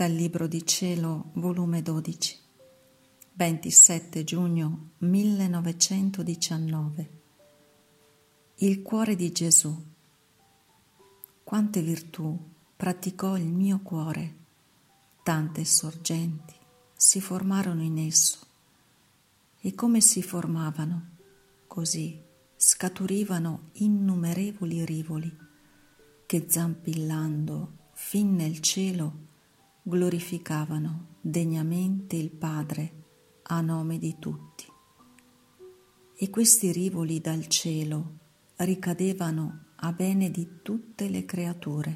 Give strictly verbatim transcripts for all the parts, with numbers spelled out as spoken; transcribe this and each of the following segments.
Dal Libro di Cielo, volume dodici, ventisette giugno millenovecentodiciannove. Il cuore di Gesù. Quante virtù praticò il mio cuore, tante sorgenti si formarono in esso, e come si formavano, così scaturivano innumerevoli rivoli, che zampillando fin nel cielo glorificavano degnamente il Padre a nome di tutti. E questi rivoli dal cielo ricadevano a bene di tutte le creature,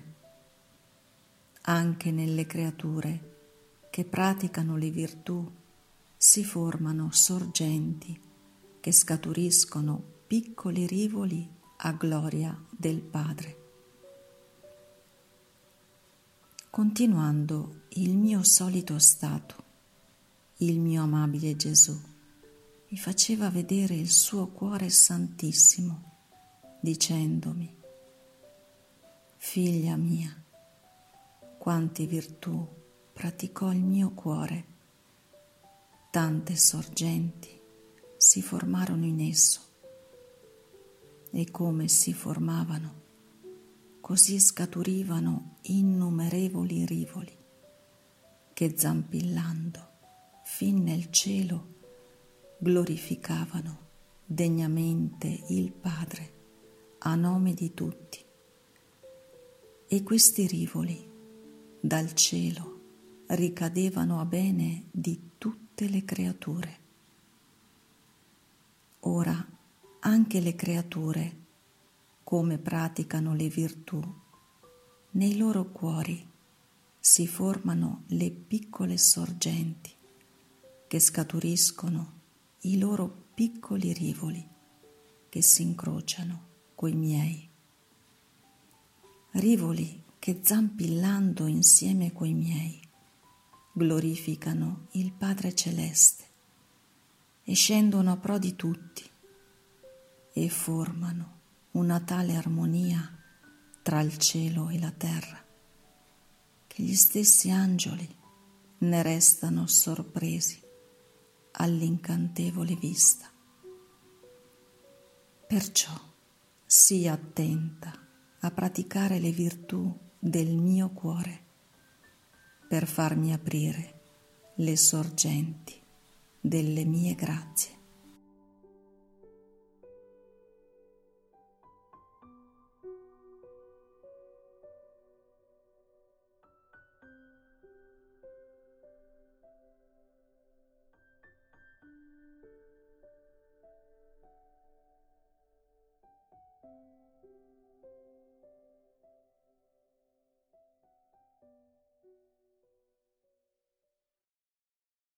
anche nelle creature che praticano le virtù si formano sorgenti che scaturiscono piccoli rivoli a gloria del Padre. Continuando il mio solito stato, il mio amabile Gesù mi faceva vedere il suo cuore santissimo, dicendomi: figlia mia, quante virtù praticò il mio cuore, tante sorgenti si formarono in esso, e come si formavano, così scaturivano innumerevoli rivoli, che zampillando fin nel cielo glorificavano degnamente il Padre a nome di tutti. E questi rivoli dal cielo ricadevano a bene di tutte le creature. Ora anche le creature, come praticano le virtù, nei loro cuori si formano le piccole sorgenti che scaturiscono i loro piccoli rivoli che si incrociano coi miei. Rivoli che zampillando insieme coi miei glorificano il Padre Celeste e scendono a pro di tutti e formano una tale armonia tra il cielo e la terra che gli stessi angeli ne restano sorpresi all'incantevole vista. Perciò sii attenta a praticare le virtù del mio cuore per farmi aprire le sorgenti delle mie grazie.